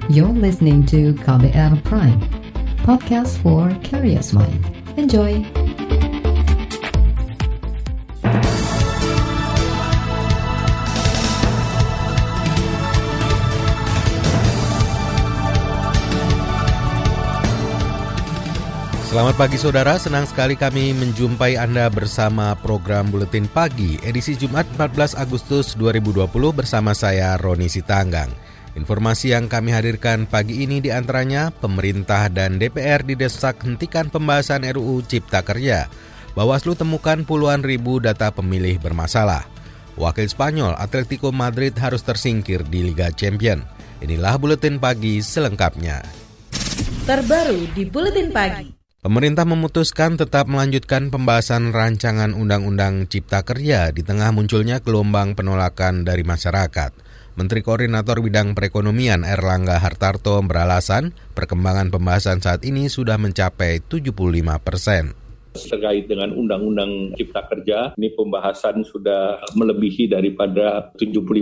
You're listening to KBR Prime, podcast for curious mind. Enjoy! Selamat pagi saudara, senang sekali kami menjumpai Anda bersama program Buletin Pagi, edisi Jumat 14 Agustus 2020 bersama saya Roni Sitanggang. Informasi yang kami hadirkan pagi ini diantaranya pemerintah dan DPR didesak hentikan pembahasan RUU Cipta Kerja. Bawaslu temukan puluhan ribu data pemilih bermasalah. Wakil Spanyol Atletico Madrid harus tersingkir di Liga Champions. Inilah Buletin Pagi selengkapnya. Terbaru di Buletin Pagi. Pemerintah memutuskan tetap melanjutkan pembahasan rancangan Undang-Undang Cipta Kerja di tengah munculnya gelombang penolakan dari masyarakat. Menteri Koordinator Bidang Perekonomian Erlangga Hartarto beralasan perkembangan pembahasan saat ini sudah mencapai 75%. Terkait dengan Undang-Undang Cipta Kerja, ini pembahasan sudah melebihi daripada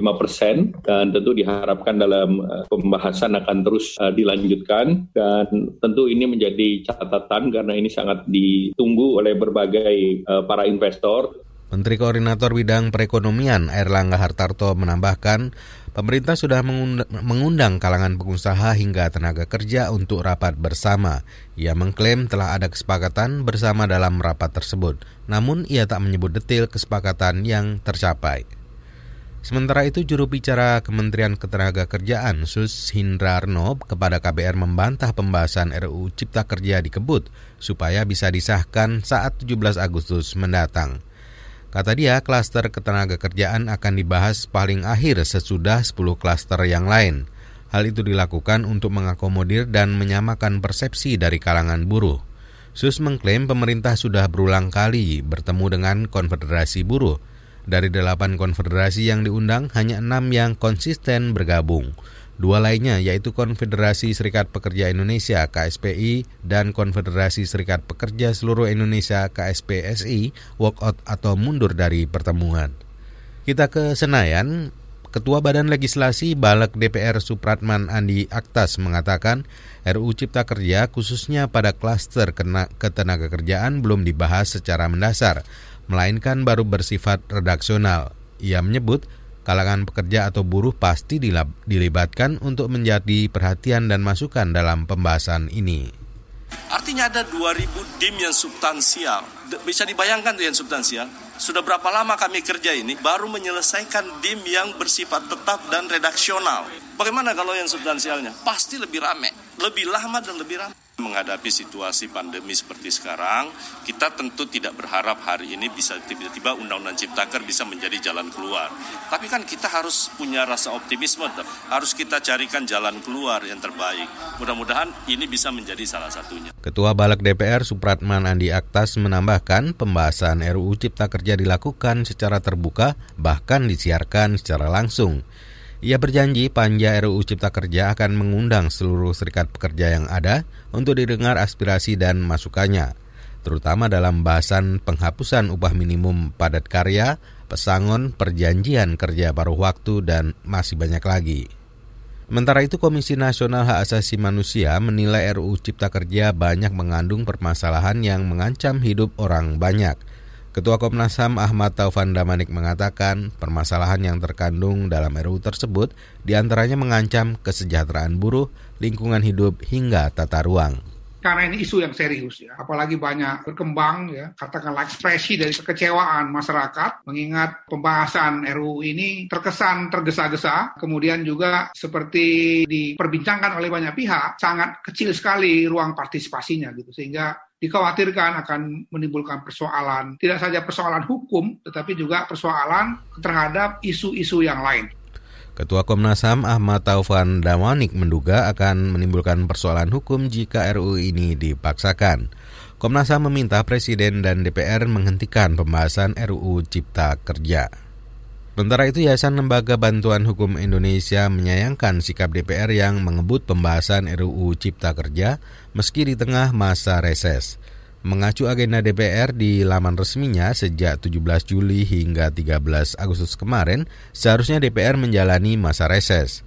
75% dan tentu diharapkan dalam pembahasan akan terus dilanjutkan dan tentu ini menjadi catatan karena ini sangat ditunggu oleh berbagai para investor. Menteri Koordinator Bidang Perekonomian Erlangga Hartarto menambahkan, pemerintah sudah mengundang kalangan pengusaha hingga tenaga kerja untuk rapat bersama. Ia mengklaim telah ada kesepakatan bersama dalam rapat tersebut, namun ia tak menyebut detail kesepakatan yang tercapai. Sementara itu, juru bicara Kementerian Ketenagakerjaan Sus Hindrarno kepada KBR membantah pembahasan RUU Cipta Kerja dikebut supaya bisa disahkan saat 17 Agustus mendatang. Kata dia, klaster ketenagakerjaan akan dibahas paling akhir sesudah 10 klaster yang lain. Hal itu dilakukan untuk mengakomodir dan menyamakan persepsi dari kalangan buruh. Sus mengklaim pemerintah sudah berulang kali bertemu dengan konfederasi buruh. Dari 8 konfederasi yang diundang, hanya 6 yang konsisten bergabung. 2 lainnya yaitu Konfederasi Serikat Pekerja Indonesia KSPI dan Konfederasi Serikat Pekerja Seluruh Indonesia KSPSI walkout atau mundur dari pertemuan. Kita ke Senayan. Ketua Badan Legislasi Balek DPR Supratman Andi Aktas mengatakan RUU Cipta Kerja khususnya pada klaster ketenagakerjaan belum dibahas secara mendasar, melainkan baru bersifat redaksional. Ia menyebut kalangan pekerja atau buruh pasti dilibatkan untuk menjadi perhatian dan masukan dalam pembahasan ini. Artinya ada 2.000 DIM yang substansial. Bisa dibayangkan tuh yang substansial. Sudah berapa lama kami kerja ini baru menyelesaikan DIM yang bersifat tetap dan redaksional. Bagaimana kalau yang substansialnya? Pasti lebih ramai, lebih lama dan lebih ramai. Menghadapi situasi pandemi seperti sekarang, kita tentu tidak berharap hari ini bisa tiba-tiba Undang-Undang Ciptaker bisa menjadi jalan keluar. Tapi kan kita harus punya rasa optimisme, harus kita carikan jalan keluar yang terbaik. Mudah-mudahan ini bisa menjadi salah satunya. Ketua Balek DPR Supratman Andi Aktas menambahkan pembahasan RUU Cipta Kerja dilakukan secara terbuka, bahkan disiarkan secara langsung. Ia berjanji panja RUU Cipta Kerja akan mengundang seluruh serikat pekerja yang ada untuk didengar aspirasi dan masukannya, terutama dalam bahasan penghapusan upah minimum padat karya, pesangon, perjanjian kerja paruh waktu, dan masih banyak lagi. Sementara itu, Komisi Nasional Hak Asasi Manusia menilai RUU Cipta Kerja banyak mengandung permasalahan yang mengancam hidup orang banyak. Ketua Komnas HAM Ahmad Taufan Damanik mengatakan permasalahan yang terkandung dalam RUU tersebut diantaranya mengancam kesejahteraan buruh, lingkungan hidup, hingga tata ruang. Karena ini isu yang serius ya, apalagi banyak berkembang ya, katakanlah ekspresi dari kekecewaan masyarakat, mengingat pembahasan RUU ini terkesan tergesa-gesa, kemudian juga seperti diperbincangkan oleh banyak pihak, sangat kecil sekali ruang partisipasinya gitu, sehingga dikhawatirkan akan menimbulkan persoalan, tidak saja persoalan hukum, tetapi juga persoalan terhadap isu-isu yang lain. Ketua Komnas HAM Ahmad Taufan Damanik menduga akan menimbulkan persoalan hukum jika RUU ini dipaksakan. Komnas HAM meminta Presiden dan DPR menghentikan pembahasan RUU Cipta Kerja. Sementara itu, Yayasan Lembaga Bantuan Hukum Indonesia menyayangkan sikap DPR yang mengebut pembahasan RUU Cipta Kerja meski di tengah masa reses. Mengacu agenda DPR di laman resminya sejak 17 Juli hingga 13 Agustus kemarin, seharusnya DPR menjalani masa reses.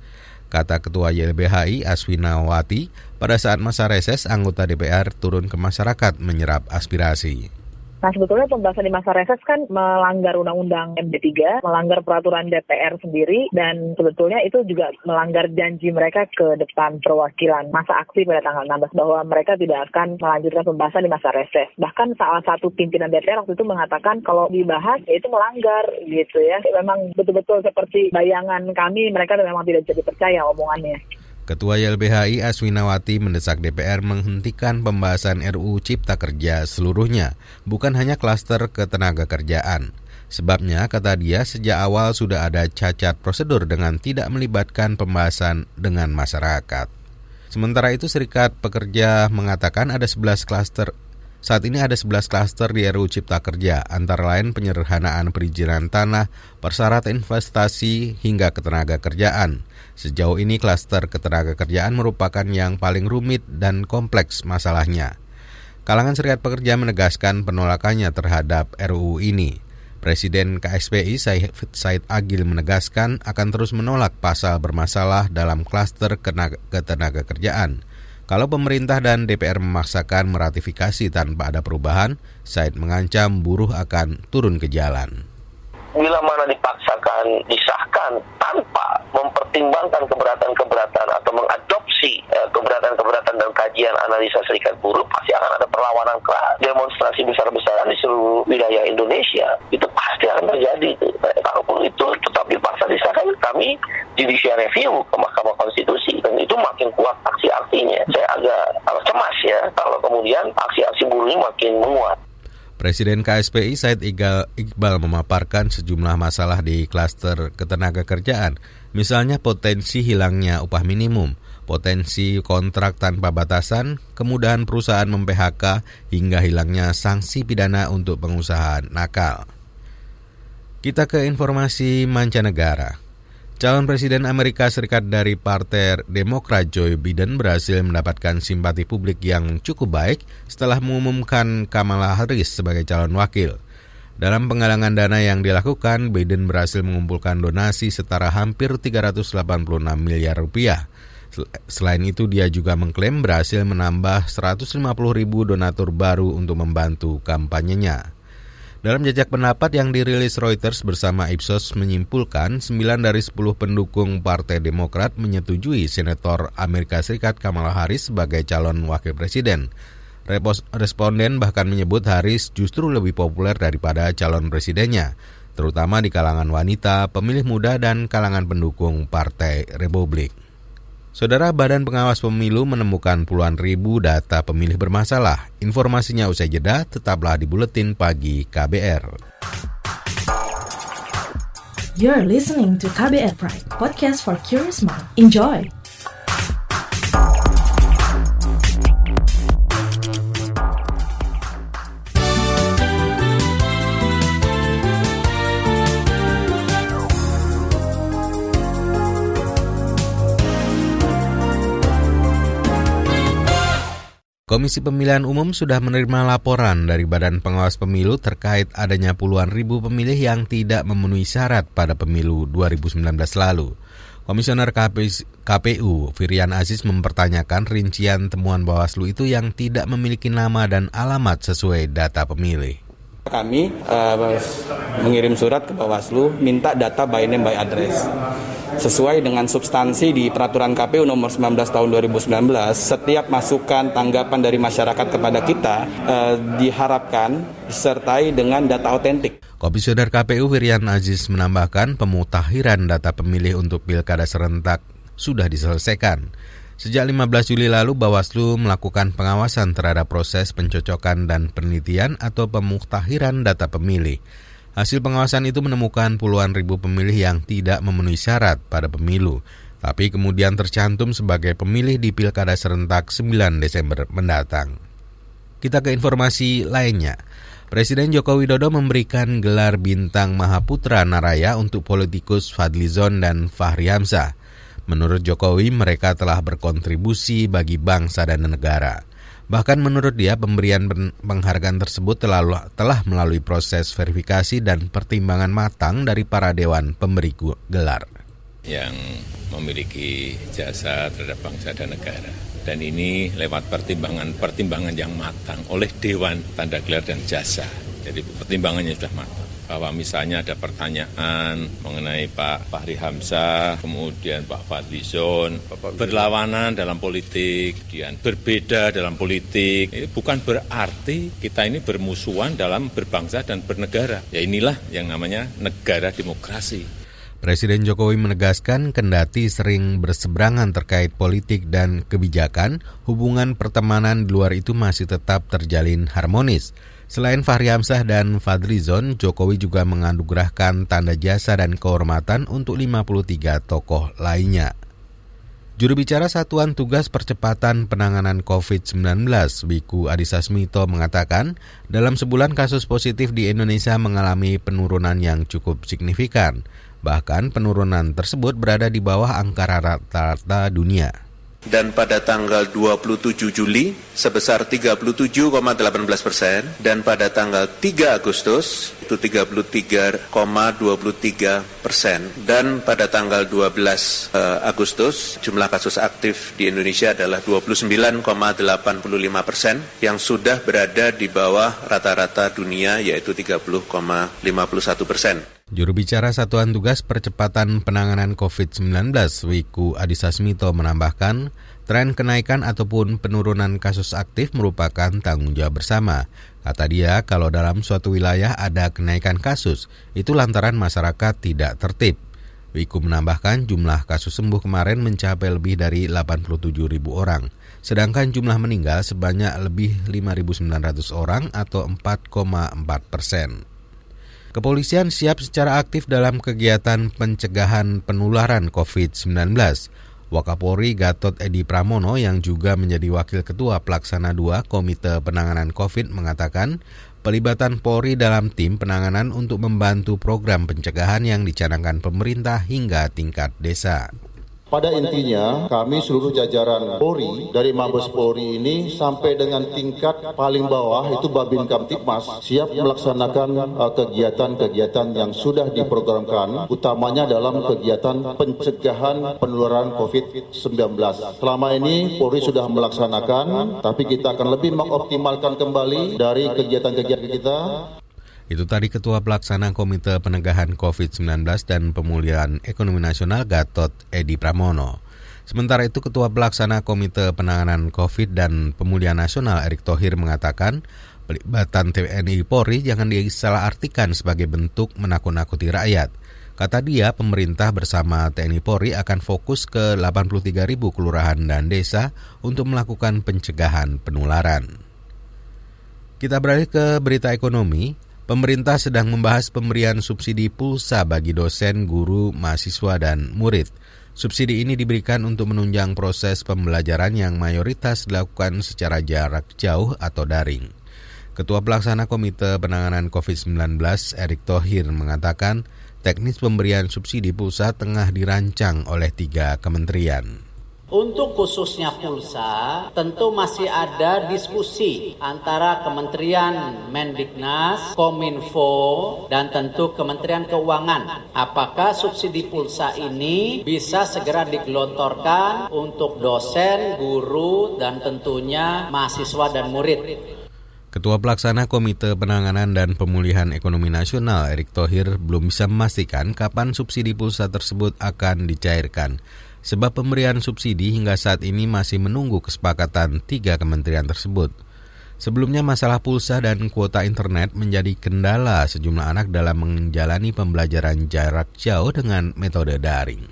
Kata Ketua YLBHI Aswinawati, pada saat masa reses, anggota DPR turun ke masyarakat menyerap aspirasi. Nah, sebetulnya pembahasan di masa reses kan melanggar Undang-Undang MD3, melanggar peraturan DPR sendiri, dan sebetulnya itu juga melanggar janji mereka ke depan perwakilan masa aksi pada tanggal 16 bahwa mereka tidak akan melanjutkan pembahasan di masa reses. Bahkan salah satu pimpinan DPR waktu itu mengatakan kalau dibahas ya itu melanggar gitu ya. Memang betul-betul seperti bayangan kami, mereka memang tidak bisa dipercaya omongannya. Ketua YLBHI Aswinawati mendesak DPR menghentikan pembahasan RUU Cipta Kerja seluruhnya, bukan hanya klaster ketenaga kerjaan. Sebabnya, kata dia, sejak awal sudah ada cacat prosedur dengan tidak melibatkan pembahasan dengan masyarakat. Sementara itu, Serikat Pekerja mengatakan ada 11 klaster. Saat ini ada 11 klaster di RUU Cipta Kerja, antara lain penyederhanaan perizinan tanah, persyarat investasi, hingga ketenaga kerjaan. Sejauh ini klaster ketenaga kerjaan merupakan yang paling rumit dan kompleks masalahnya. Kalangan Serikat Pekerja menegaskan penolakannya terhadap RUU ini. Presiden KSPI Said Agil menegaskan akan terus menolak pasal bermasalah dalam klaster ketenaga kerjaan. Kalau pemerintah dan DPR memaksakan meratifikasi tanpa ada perubahan, Said mengancam buruh akan turun ke jalan. Bila mana dipaksakan, disahkan tanpa mempertimbangkan keberatan-keberatan atau mengadopsi keberatan-keberatan dan kajian analisa serikat buruh, pasti akan ada perlawanan keras, demonstrasi besar-besaran di seluruh wilayah Indonesia. Itu pasti akan terjadi. Kalaupun itu tetap dipaksa disahkan, kami judicial review ke Mahkamah Konstitusi, dan itu makin kuat aksi-aksinya. Saya agak cemas ya kalau kemudian aksi-aksi buruh ini makin menguat. Presiden KSPI Said Iqbal memaparkan sejumlah masalah di klaster ketenaga kerjaan, misalnya potensi hilangnya upah minimum, potensi kontrak tanpa batasan, kemudahan perusahaan mem-PHK, hingga hilangnya sanksi pidana untuk pengusaha nakal. Kita ke informasi mancanegara. Calon Presiden Amerika Serikat dari Partai Demokrat Joe Biden berhasil mendapatkan simpati publik yang cukup baik setelah mengumumkan Kamala Harris sebagai calon wakil. Dalam penggalangan dana yang dilakukan, Biden berhasil mengumpulkan donasi setara hampir 386 miliar rupiah. Selain itu, dia juga mengklaim berhasil menambah 150.000 donatur baru untuk membantu kampanyenya. Dalam jejak pendapat yang dirilis Reuters bersama Ipsos menyimpulkan 9 dari 10 pendukung Partai Demokrat menyetujui Senator Amerika Serikat Kamala Harris sebagai calon wakil presiden. Responden bahkan menyebut Harris justru lebih populer daripada calon presidennya, terutama di kalangan wanita, pemilih muda, dan kalangan pendukung Partai Republik. Saudara, Badan Pengawas Pemilu menemukan puluhan ribu data pemilih bermasalah. Informasinya usai jeda, tetaplah di Buletin Pagi KBR. You're listening to KBR Pride, podcast for curious mind. Enjoy! Komisi Pemilihan Umum sudah menerima laporan dari Badan Pengawas Pemilu terkait adanya puluhan ribu pemilih yang tidak memenuhi syarat pada pemilu 2019 lalu. Komisioner KPU Firian Aziz mempertanyakan rincian temuan Bawaslu itu yang tidak memiliki nama dan alamat sesuai data pemilih. Kami mengirim surat ke Bawaslu minta data by name by address. Sesuai dengan substansi di Peraturan KPU nomor 19 tahun 2019, setiap masukan tanggapan dari masyarakat kepada kita diharapkan disertai dengan data otentik. Komisioner KPU Firian Aziz menambahkan pemutakhiran data pemilih untuk pilkada serentak sudah diselesaikan. Sejak 15 Juli lalu, Bawaslu melakukan pengawasan terhadap proses pencocokan dan penelitian atau pemutakhiran data pemilih. Hasil pengawasan itu menemukan puluhan ribu pemilih yang tidak memenuhi syarat pada pemilu, tapi kemudian tercantum sebagai pemilih di Pilkada Serentak 9 Desember mendatang. Kita ke informasi lainnya. Presiden Joko Widodo memberikan gelar Bintang Mahaputra Naraya untuk politikus Fadlizon dan Fahri Hamzah. Menurut Jokowi, mereka telah berkontribusi bagi bangsa dan negara. Bahkan menurut dia, pemberian penghargaan tersebut telah melalui proses verifikasi dan pertimbangan matang dari para dewan pemberi gelar. yang memiliki jasa terhadap bangsa dan negara. Dan ini lewat pertimbangan yang matang oleh Dewan Tanda Gelar dan Jasa. Jadi pertimbangannya sudah matang. Bahwa misalnya ada pertanyaan mengenai Pak Fahri Hamzah, kemudian Pak Fadlizon, berlawanan dalam politik, kemudian berbeda dalam politik. Ini bukan berarti kita ini bermusuhan dalam berbangsa dan bernegara. Ya inilah yang namanya negara demokrasi. Presiden Jokowi menegaskan kendati sering berseberangan terkait politik dan kebijakan, hubungan pertemanan di luar itu masih tetap terjalin harmonis. Selain Fahri Hamzah dan Fadlizon, Jokowi juga menganugerahkan tanda jasa dan kehormatan untuk 53 tokoh lainnya. Juru bicara Satuan Tugas Percepatan Penanganan COVID-19, Wiku Adhisa Smito mengatakan, dalam sebulan kasus positif di Indonesia mengalami penurunan yang cukup signifikan. Bahkan penurunan tersebut berada di bawah angka rata-rata dunia. Dan pada tanggal 27 Juli sebesar 37,18% dan pada tanggal 3 Agustus itu 33,23% dan pada tanggal 12 Agustus jumlah kasus aktif di Indonesia adalah 29,85% yang sudah berada di bawah rata-rata dunia yaitu 30,51%. Juru bicara Satuan Tugas Percepatan Penanganan COVID-19, Wiku Adhisa Smito menambahkan, tren kenaikan ataupun penurunan kasus aktif merupakan tanggung jawab bersama. Kata dia, kalau dalam suatu wilayah ada kenaikan kasus, itu lantaran masyarakat tidak tertib. Wiku menambahkan jumlah kasus sembuh kemarin mencapai lebih dari 87.000 orang, sedangkan jumlah meninggal sebanyak lebih 5.900 orang atau 4,4%. Kepolisian siap secara aktif dalam kegiatan pencegahan penularan COVID-19. Wakapolri Gatot Edi Pramono yang juga menjadi Wakil Ketua Pelaksana 2 Komite Penanganan COVID mengatakan pelibatan Polri dalam tim penanganan untuk membantu program pencegahan yang dicanangkan pemerintah hingga tingkat desa. Pada intinya, kami seluruh jajaran Polri, dari Mabes Polri ini sampai dengan tingkat paling bawah, itu Babin Kamtipmas, siap melaksanakan kegiatan-kegiatan yang sudah diprogramkan, utamanya dalam kegiatan pencegahan penularan COVID-19. Selama ini Polri sudah melaksanakan, tapi kita akan lebih mengoptimalkan kembali dari kegiatan-kegiatan kita. Itu tadi Ketua Pelaksana Komite Pencegahan COVID-19 dan Pemulihan Ekonomi Nasional Gatot Edi Pramono. Sementara itu Ketua Pelaksana Komite Penanganan COVID dan Pemulihan Nasional Erick Thohir mengatakan pelibatan TNI Polri jangan disalahartikan sebagai bentuk menakut-nakuti rakyat. Kata dia, pemerintah bersama TNI Polri akan fokus ke 83.000 kelurahan dan desa untuk melakukan pencegahan penularan. Kita beralih ke berita ekonomi. Pemerintah sedang membahas pemberian subsidi pulsa bagi dosen, guru, mahasiswa, dan murid. Subsidi ini diberikan untuk menunjang proses pembelajaran yang mayoritas dilakukan secara jarak jauh atau daring. Ketua Pelaksana Komite Penanganan COVID-19, Erick Thohir, mengatakan teknis pemberian subsidi pulsa tengah dirancang oleh 3 kementerian. Untuk khususnya pulsa, tentu masih ada diskusi antara Kementerian Mendiknas, Kominfo, dan tentu Kementerian Keuangan. Apakah subsidi pulsa ini bisa segera digelontorkan untuk dosen, guru, dan tentunya mahasiswa dan murid? Ketua Pelaksana Komite Penanganan dan Pemulihan Ekonomi Nasional, Erick Thohir, belum bisa memastikan kapan subsidi pulsa tersebut akan dicairkan. Sebab pemberian subsidi hingga saat ini masih menunggu kesepakatan 3 kementerian tersebut. Sebelumnya masalah pulsa dan kuota internet menjadi kendala sejumlah anak dalam menjalani pembelajaran jarak jauh dengan metode daring.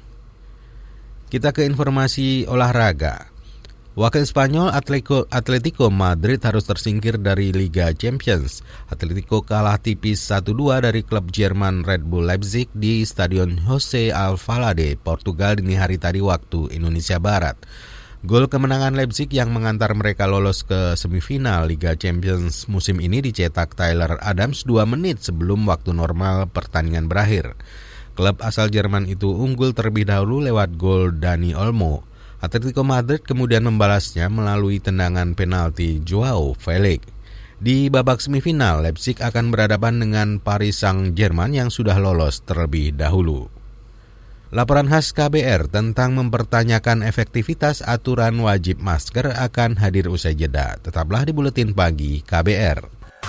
Kita ke informasi olahraga. Wakil Spanyol Atletico Madrid harus tersingkir dari Liga Champions. Atletico kalah tipis 1-2 dari klub Jerman Red Bull Leipzig di Stadion José Alvalade, Portugal dini hari tadi waktu Indonesia Barat. Gol kemenangan Leipzig yang mengantar mereka lolos ke semifinal Liga Champions musim ini dicetak Tyler Adams 2 menit sebelum waktu normal pertandingan berakhir. Klub asal Jerman itu unggul terlebih dahulu lewat gol Dani Olmo. Atletico Madrid kemudian membalasnya melalui tendangan penalti Joao Felix. Di babak semifinal, Leipzig akan berhadapan dengan Paris Saint-Germain yang sudah lolos terlebih dahulu. Laporan khas KBR tentang mempertanyakan efektivitas aturan wajib masker akan hadir usai jeda. Tetaplah di Buletin Pagi KBR.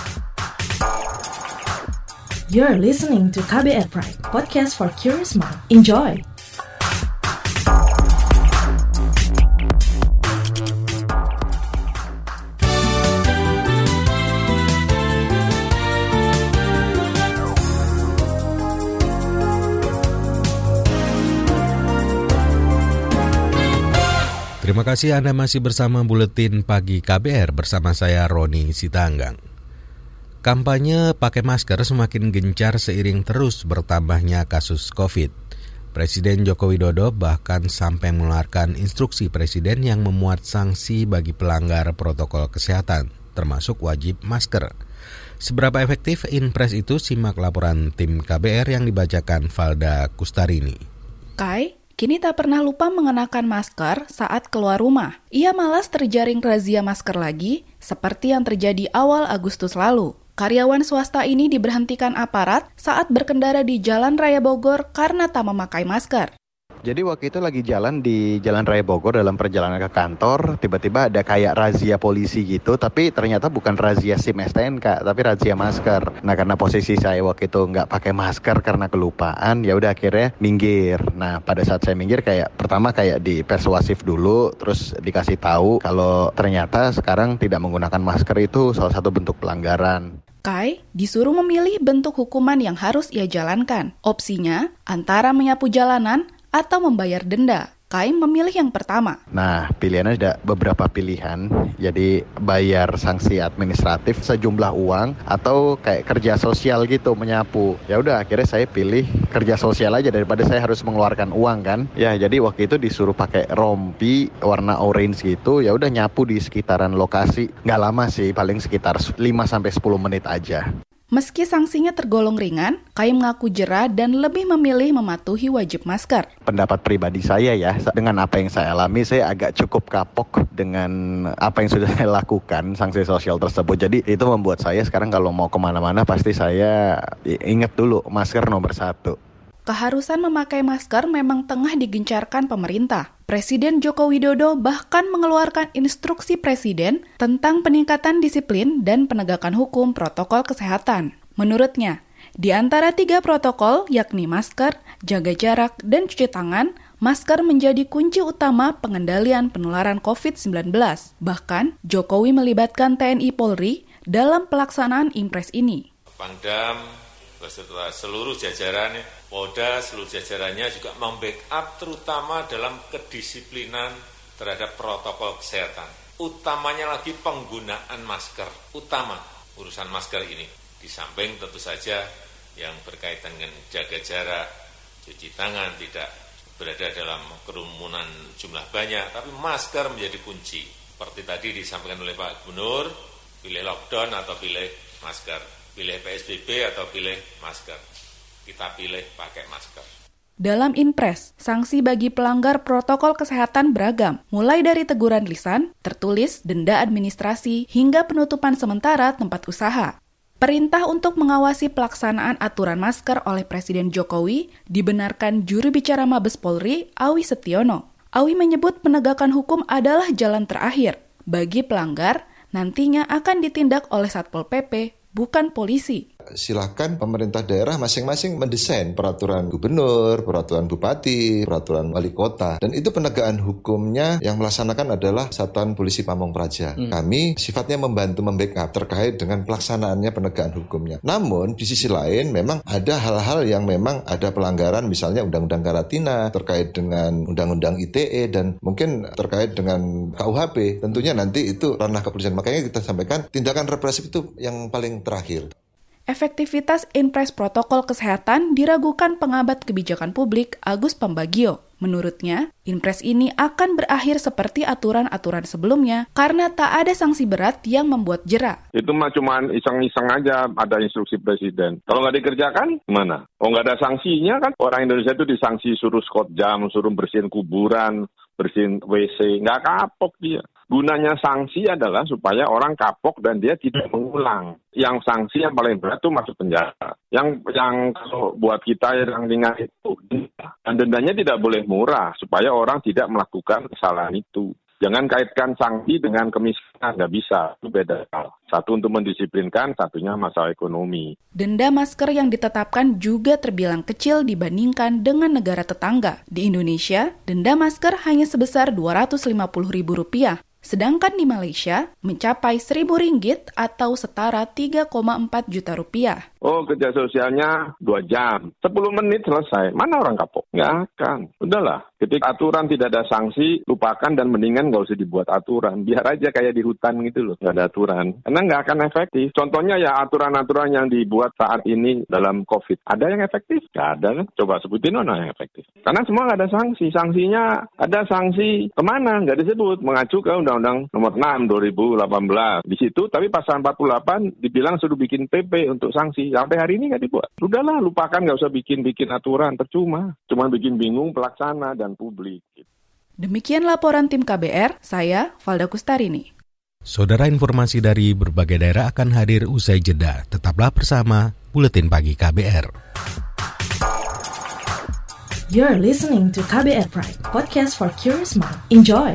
You're listening to KBR Pride, podcast for curious mind. Enjoy! Terima kasih Anda masih bersama Buletin Pagi KBR bersama saya Roni Sitanggang. Kampanye pakai masker semakin gencar seiring terus bertambahnya kasus COVID. Presiden Joko Widodo bahkan sampai mengeluarkan instruksi presiden yang memuat sanksi bagi pelanggar protokol kesehatan, termasuk wajib masker. Seberapa efektif Inpres itu, simak laporan tim KBR yang dibacakan Valda Kustarini. Kini tak pernah lupa mengenakan masker saat keluar rumah. Ia malas terjaring razia masker lagi, seperti yang terjadi awal Agustus lalu. Karyawan swasta ini diberhentikan aparat saat berkendara di Jalan Raya Bogor karena tak memakai masker. Jadi waktu itu lagi jalan di Jalan Raya Bogor dalam perjalanan ke kantor, tiba-tiba ada kayak razia polisi gitu, tapi ternyata bukan razia SIM STNK, tapi razia masker. Nah karena posisi saya waktu itu nggak pakai masker karena kelupaan, ya udah akhirnya minggir. Nah pada saat saya minggir pertama dipersuasif dulu, terus dikasih tahu kalau ternyata sekarang tidak menggunakan masker itu salah satu bentuk pelanggaran. Disuruh memilih bentuk hukuman yang harus ia jalankan. Opsinya antara menyapu jalanan atau membayar denda. Memilih yang pertama. Nah, pilihannya ada beberapa pilihan. Jadi bayar sanksi administratif sejumlah uang atau kayak kerja sosial gitu, menyapu. Ya udah akhirnya saya pilih kerja sosial aja daripada saya harus mengeluarkan uang kan. Ya, jadi waktu itu disuruh pakai rompi warna orange gitu. Ya udah nyapu di sekitaran lokasi. Nggak lama sih, paling sekitar 5-10 menit aja. Meski sanksinya tergolong ringan, mengaku jera dan lebih memilih mematuhi wajib masker. Pendapat pribadi saya ya, dengan apa yang saya alami, saya agak cukup kapok dengan apa yang sudah saya lakukan, sanksi sosial tersebut. Jadi itu membuat saya sekarang kalau mau kemana-mana pasti saya ingat dulu masker nomor 1. Keharusan memakai masker memang tengah digencarkan pemerintah. Presiden Joko Widodo bahkan mengeluarkan instruksi presiden tentang peningkatan disiplin dan penegakan hukum protokol kesehatan. Menurutnya, di antara 3 protokol yakni masker, jaga jarak, dan cuci tangan, masker menjadi kunci utama pengendalian penularan COVID-19. Bahkan, Jokowi melibatkan TNI Polri dalam pelaksanaan Inpres ini. Pangdam beserta seluruh jajaran Polda, seluruh jajarannya juga membackup terutama dalam kedisiplinan terhadap protokol kesehatan. Utamanya lagi penggunaan masker. Utama urusan masker ini. Di samping tentu saja yang berkaitan dengan jaga jarak, cuci tangan, tidak berada dalam kerumunan jumlah banyak, tapi masker menjadi kunci. Seperti tadi disampaikan oleh Pak Gubernur, pilih lockdown atau pilih masker, pilih PSBB atau pilih masker. Kita pilih pakai masker. Dalam Inpres, sanksi bagi pelanggar protokol kesehatan beragam, mulai dari teguran lisan, tertulis, denda administrasi, hingga penutupan sementara tempat usaha. Perintah untuk mengawasi pelaksanaan aturan masker oleh Presiden Jokowi dibenarkan juru bicara Mabes Polri, Awi Setiono. Awi menyebut penegakan hukum adalah jalan terakhir. Bagi pelanggar, nantinya akan ditindak oleh Satpol PP, bukan polisi. Silakan pemerintah daerah masing-masing mendesain peraturan gubernur, peraturan bupati, peraturan wali kota. Dan itu penegakan hukumnya yang melaksanakan adalah Satuan Polisi Pamong Praja. Kami sifatnya membantu membackup terkait dengan pelaksanaannya penegakan hukumnya. Namun di sisi lain memang ada hal-hal yang memang ada pelanggaran, misalnya undang-undang karantina, terkait dengan undang-undang ITE, dan mungkin terkait dengan KUHP. Tentunya nanti itu ranah kepolisian. Makanya kita sampaikan tindakan represif itu yang paling terakhir. Efektivitas Inpres protokol kesehatan diragukan pengamat kebijakan publik Agus Pambagio. Menurutnya, Inpres ini akan berakhir seperti aturan-aturan sebelumnya karena tak ada sanksi berat yang membuat jera. Itu mah cuma iseng-iseng aja, ada instruksi presiden. Kalau nggak dikerjakan, gimana? Oh, nggak ada sanksinya kan? Orang Indonesia itu disanksi suruh skot jam, suruh bersihin kuburan, bersihin WC, nggak kapok dia. Gunanya sanksi adalah supaya orang kapok dan dia tidak mengulang. Yang sanksi yang paling berat itu masuk penjara. Yang kalau buat kita yang ringan itu, dan dendanya tidak boleh murah supaya orang tidak melakukan kesalahan itu. Jangan kaitkan sanksi dengan kemiskinan, nggak bisa, itu beda. Satu untuk mendisiplinkan, satunya masalah ekonomi. Denda masker yang ditetapkan juga terbilang kecil dibandingkan dengan negara tetangga. Di Indonesia, denda masker hanya sebesar Rp250.000. Sedangkan di Malaysia mencapai Rp1.000 atau setara Rp3,4 juta. Oh, kerja sosialnya 2 jam. 10 menit selesai. Mana orang kapok? Nggak akan. Udahlah. Ketika aturan tidak ada sanksi, lupakan dan mendingan nggak usah dibuat aturan. Biar aja kayak di hutan gitu loh. Nggak ada aturan. Karena nggak akan efektif. Contohnya ya aturan-aturan yang dibuat saat ini dalam COVID. Ada yang efektif? Nggak ada kan? Coba sebutin mana yang efektif. Karena semua nggak ada sanksi. Sanksinya ada sanksi kemana? Nggak disebut. Mengacu ke Undang-Undang Nomor 6 2018. Di situ, tapi pasal 48 dibilang suruh bikin PP untuk sanksi. Sampai hari ini nggak dibuat. Udahlah, lupakan, nggak usah bikin aturan. Percuma. Cuma bikin bingung pelaksana dan publik. Demikian laporan tim KBR, saya Valda Kustarini. Saudara, informasi dari berbagai daerah akan hadir usai jeda. Tetaplah bersama Buletin Pagi KBR. You're listening to KBR Pride, podcast for curious mind. Enjoy!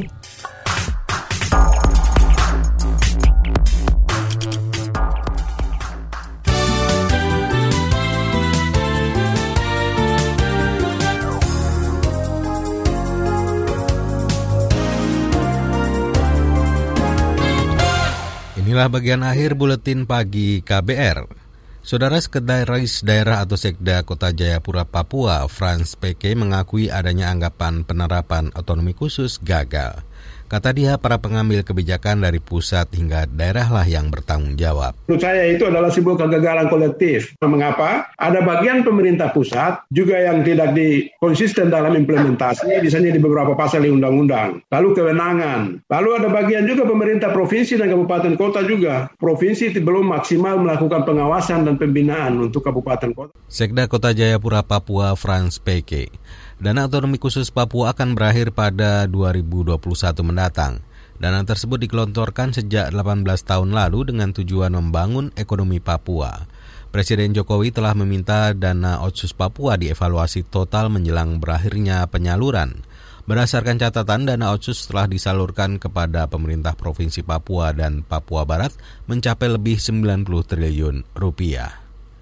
Inilah bagian akhir Buletin Pagi KBR. Saudara, Sekretaris Daerah atau Sekda Kota Jayapura, Papua, Frans PK, mengakui adanya anggapan penerapan otonomi khusus gagal. Kata dia, para pengambil kebijakan dari pusat hingga daerahlah yang bertanggung jawab. Menurut saya itu adalah sebuah kegagalan kolektif. Mengapa? Ada bagian pemerintah pusat juga yang tidak konsisten dalam implementasi, misalnya di beberapa pasal di undang-undang. Lalu kewenangan. Lalu ada bagian juga pemerintah provinsi dan kabupaten kota juga. Provinsi belum maksimal melakukan pengawasan dan pembinaan untuk kabupaten kota. Sekda Kota Jayapura, Papua, Frans PK. Dana otonomi khusus Papua akan berakhir pada 2021 mendatang. Dana tersebut digelontorkan sejak 18 tahun lalu dengan tujuan membangun ekonomi Papua. Presiden Jokowi telah meminta dana Otsus Papua dievaluasi total menjelang berakhirnya penyaluran. Berdasarkan catatan, dana Otsus telah disalurkan kepada pemerintah Provinsi Papua dan Papua Barat mencapai lebih 90 triliun rupiah.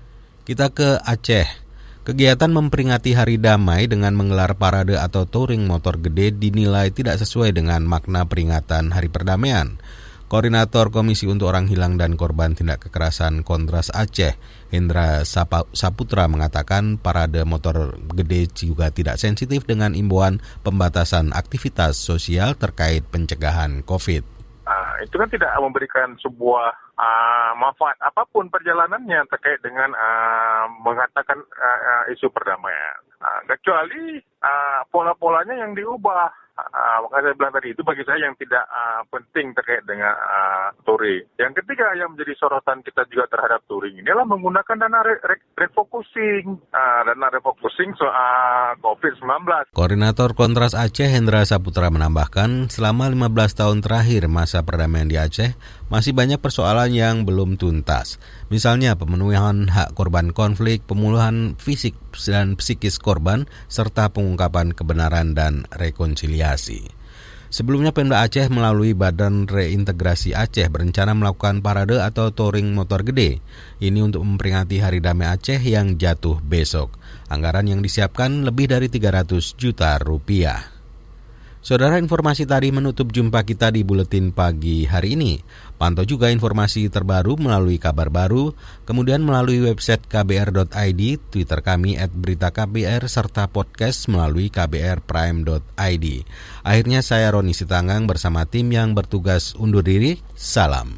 Kita ke Aceh. Kegiatan memperingati Hari Damai dengan menggelar parade atau touring motor gede dinilai tidak sesuai dengan makna peringatan Hari Perdamaian. Koordinator Komisi untuk Orang Hilang dan Korban Tindak Kekerasan Kontras Aceh, Hendra Saputra, mengatakan parade motor gede juga tidak sensitif dengan imbauan pembatasan aktivitas sosial terkait pencegahan COVID. Itu kan tidak memberikan sebuah manfaat apapun perjalanannya terkait dengan mengatakan isu perdamaian. Kecuali pola-polanya yang diubah. Maka saya bilang tadi, itu bagi saya yang tidak penting terkait dengan touring. Yang ketiga yang menjadi sorotan kita juga terhadap touring ini adalah menggunakan dana refocusing. Dana refocusing soal COVID-19. Koordinator Kontras Aceh, Hendra Saputra, menambahkan selama 15 tahun terakhir masa perdamaian di Aceh, masih banyak persoalan yang belum tuntas. Misalnya pemenuhan hak korban konflik, pemulihan fisik dan psikis korban, serta pengungkapan kebenaran dan rekonsiliasi. Sebelumnya Pemda Aceh melalui Badan Reintegrasi Aceh berencana melakukan parade atau touring motor gede. Ini untuk memperingati Hari Damai Aceh yang jatuh besok. Anggaran yang disiapkan lebih dari 300 juta rupiah. Saudara, informasi tadi menutup jumpa kita di Buletin Pagi hari ini. Pantau juga informasi terbaru melalui kabar baru, kemudian melalui website kbr.id, Twitter kami @beritaKBR, serta podcast melalui kbrprime.id. Akhirnya saya Roni Sitanggang bersama tim yang bertugas undur diri. Salam.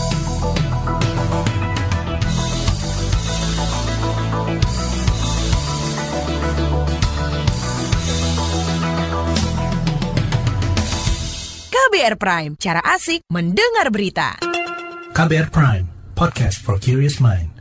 KBR Prime, cara asik mendengar berita. KBR Prime, podcast for curious mind.